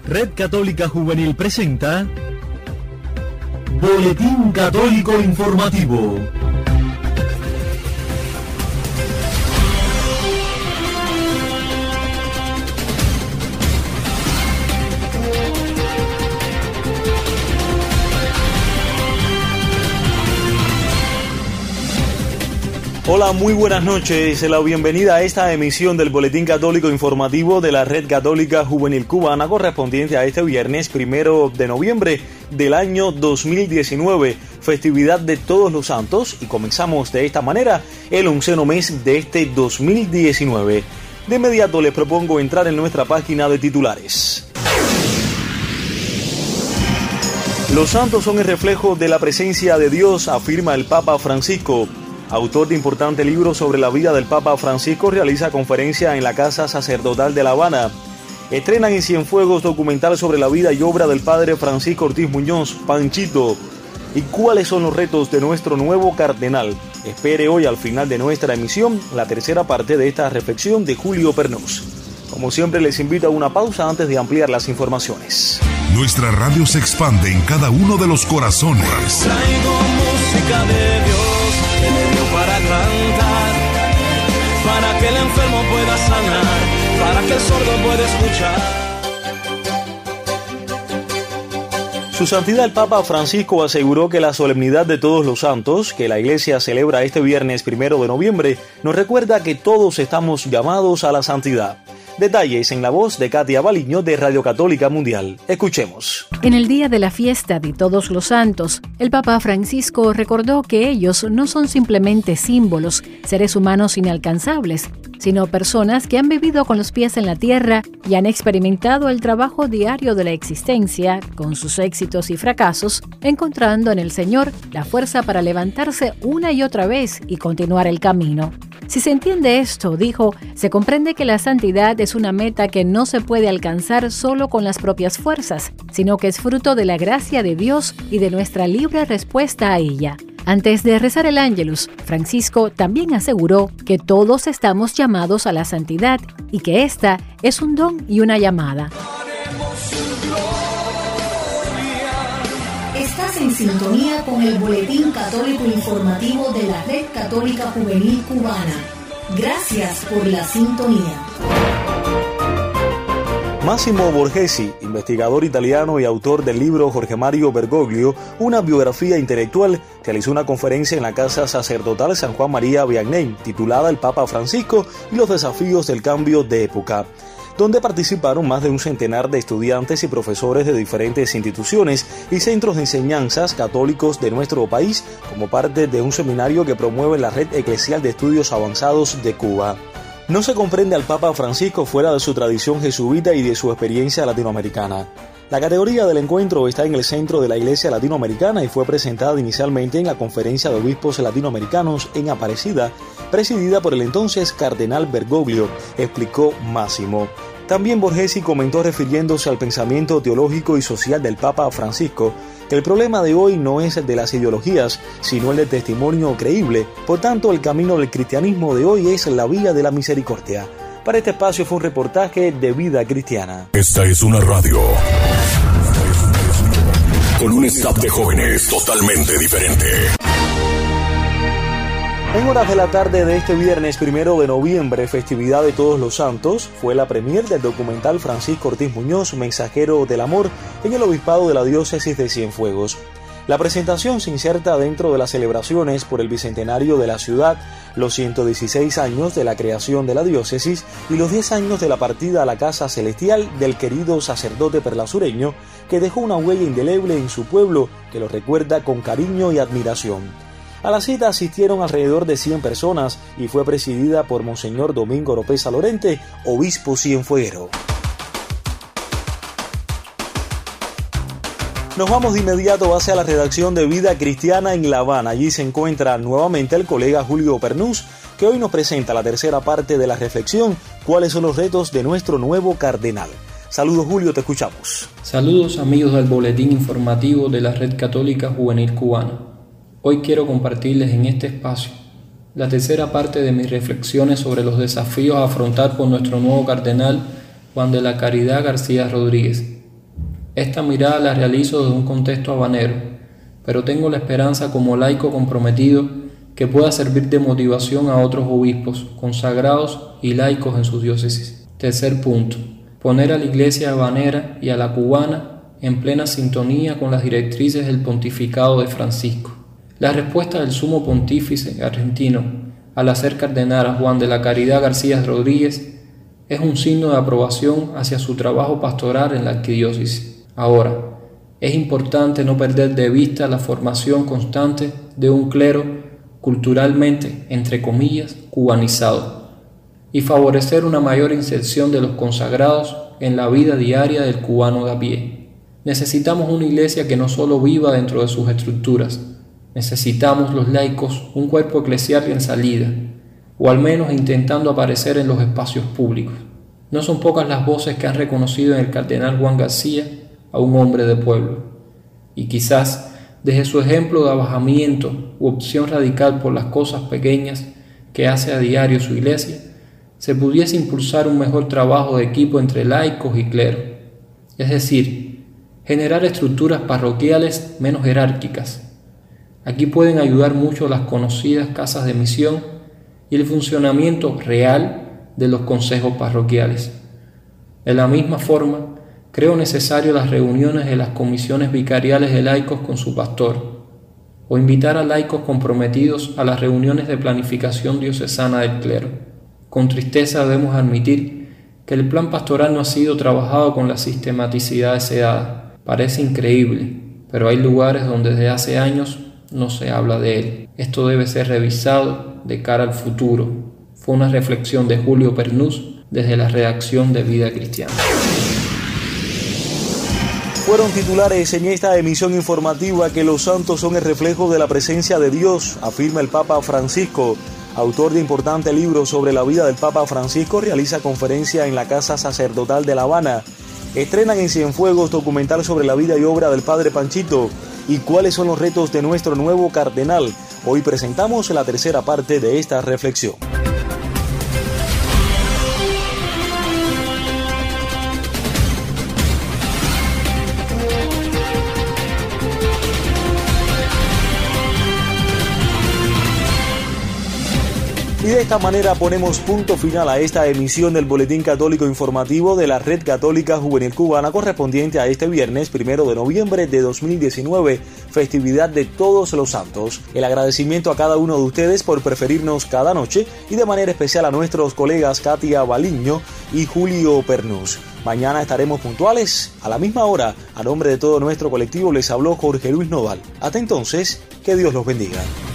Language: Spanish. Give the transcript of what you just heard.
Red Católica Juvenil presenta Boletín Católico Informativo. Hola, muy buenas noches. La bienvenida a esta emisión del Boletín Católico Informativo de la Red Católica Juvenil Cubana, correspondiente a este viernes 1 de noviembre del año 2019, festividad de Todos los Santos, y comenzamos de esta manera el 11º mes de este 2019. De inmediato les propongo entrar en nuestra página de titulares. Los santos son el reflejo de la presencia de Dios, afirma el Papa Francisco. Autor de importante libro sobre la vida del Papa Francisco, realiza conferencia en la Casa Sacerdotal de La Habana. Estrenan en Cienfuegos documental sobre la vida y obra del Padre Francisco Ortiz Muñoz, Panchito. ¿Y cuáles son los retos de nuestro nuevo cardenal? Espere hoy al final de nuestra emisión la tercera parte de esta reflexión de Julio Pernús. Como siempre, les invito a una pausa antes de ampliar las informaciones. Nuestra radio se expande en cada uno de los corazones. Traigo música de Dios, que me dio para cantar, para que el enfermo pueda sanar, para que el sordo pueda escuchar. Su Santidad el Papa Francisco aseguró que la solemnidad de Todos los Santos, que la Iglesia celebra este viernes 1 de noviembre, nos recuerda que todos estamos llamados a la santidad. Detalles en la voz de Katia Baliño de Radio Católica Mundial. Escuchemos. En el día de la fiesta de Todos los Santos, el Papa Francisco recordó que ellos no son simplemente símbolos, seres humanos inalcanzables, sino personas que han vivido con los pies en la tierra y han experimentado el trabajo diario de la existencia, con sus éxitos y fracasos, encontrando en el Señor la fuerza para levantarse una y otra vez y continuar el camino. Si se entiende esto, dijo, se comprende que la santidad es una meta que no se puede alcanzar solo con las propias fuerzas, sino que es fruto de la gracia de Dios y de nuestra libre respuesta a ella. Antes de rezar el Ángelus, Francisco también aseguró que todos estamos llamados a la santidad y que esta es un don y una llamada. Estás en sintonía con el Boletín Católico Informativo de la Red Católica Juvenil Cubana. Gracias por la sintonía. Máximo Borghesi, investigador italiano y autor del libro Jorge Mario Bergoglio, una biografía intelectual, realizó una conferencia en la Casa Sacerdotal San Juan María Vianney, titulada El Papa Francisco y los desafíos del cambio de época, donde participaron más de un centenar de estudiantes y profesores de diferentes instituciones y centros de enseñanzas católicos de nuestro país, como parte de un seminario que promueve la Red Eclesial de Estudios Avanzados de Cuba. No se comprende al Papa Francisco fuera de su tradición jesuita y de su experiencia latinoamericana. La categoría del encuentro está en el centro de la Iglesia Latinoamericana y fue presentada inicialmente en la Conferencia de Obispos Latinoamericanos en Aparecida, presidida por el entonces Cardenal Bergoglio, explicó Máximo. También Borghesi comentó, refiriéndose al pensamiento teológico y social del Papa Francisco, que el problema de hoy no es el de las ideologías, sino el de testimonio creíble. Por tanto, el camino del cristianismo de hoy es la vía de la misericordia. Para este espacio fue un reportaje de Vida Cristiana. Esta es una radio con un staff de jóvenes totalmente diferente. En horas de la tarde de este viernes 1 de noviembre, festividad de Todos los Santos, fue la premier del documental Francisco Ortiz Muñoz, Mensajero del Amor, en el Obispado de la Diócesis de Cienfuegos. La presentación se inserta dentro de las celebraciones por el bicentenario de la ciudad, los 116 años de la creación de la diócesis y los 10 años de la partida a la casa celestial del querido sacerdote perlasureño, que dejó una huella indeleble en su pueblo que lo recuerda con cariño y admiración. A la cita asistieron alrededor de 100 personas y fue presidida por Monseñor Domingo Oropesa Lorente, obispo cienfueguero. Nos vamos de inmediato hacia la redacción de Vida Cristiana en La Habana. Allí se encuentra nuevamente el colega Julio Pernús, que hoy nos presenta la tercera parte de la reflexión, ¿cuáles son los retos de nuestro nuevo cardenal? Saludos, Julio, te escuchamos. Saludos, amigos del Boletín Informativo de la Red Católica Juvenil Cubana. Hoy quiero compartirles en este espacio la tercera parte de mis reflexiones sobre los desafíos a afrontar por nuestro nuevo cardenal Juan de la Caridad García Rodríguez, Esta mirada la realizo desde un contexto habanero, pero tengo la esperanza como laico comprometido que pueda servir de motivación a otros obispos, consagrados y laicos en sus diócesis. Tercer punto, poner a la iglesia habanera y a la cubana en plena sintonía con las directrices del pontificado de Francisco. La respuesta del sumo pontífice argentino al hacer cardenal a Juan de la Caridad García Rodríguez es un signo de aprobación hacia su trabajo pastoral en la arquidiócesis. Ahora, es importante no perder de vista la formación constante de un clero culturalmente, entre comillas, cubanizado, y favorecer una mayor inserción de los consagrados en la vida diaria del cubano de a pie. Necesitamos una iglesia que no solo viva dentro de sus estructuras, necesitamos los laicos un cuerpo eclesial en salida, o al menos intentando aparecer en los espacios públicos. No son pocas las voces que han reconocido en el cardenal Juan García a un hombre de pueblo, y quizás desde su ejemplo de abajamiento u opción radical por las cosas pequeñas que hace a diario su iglesia, se pudiese impulsar un mejor trabajo de equipo entre laicos y clero, es decir, generar estructuras parroquiales menos jerárquicas. Aquí pueden ayudar mucho las conocidas casas de misión y el funcionamiento real de los consejos parroquiales. De la misma forma, creo necesario las reuniones de las comisiones vicariales de laicos con su pastor, o invitar a laicos comprometidos a las reuniones de planificación diocesana del clero. Con tristeza debemos admitir que el plan pastoral no ha sido trabajado con la sistematicidad deseada. Parece increíble, pero hay lugares donde desde hace años no se habla de él. Esto debe ser revisado de cara al futuro. Fue una reflexión de Julio Pernús desde la redacción de Vida Cristiana. Fueron titulares en esta emisión informativa que los santos son el reflejo de la presencia de Dios, afirma el Papa Francisco. Autor de importante libro sobre la vida del Papa Francisco, realiza conferencia en la Casa Sacerdotal de La Habana. Estrenan en Cienfuegos documental sobre la vida y obra del Padre Panchito. ¿Y cuáles son los retos de nuestro nuevo cardenal? Hoy presentamos la tercera parte de esta reflexión. Y de esta manera ponemos punto final a esta emisión del Boletín Católico Informativo de la Red Católica Juvenil Cubana, correspondiente a este viernes 1 de noviembre de 2019, festividad de Todos los Santos. El agradecimiento a cada uno de ustedes por preferirnos cada noche y de manera especial a nuestros colegas Katia Baliño y Julio Pernús. Mañana estaremos puntuales a la misma hora. A nombre de todo nuestro colectivo les habló Jorge Luis Nodal. Hasta entonces, que Dios los bendiga.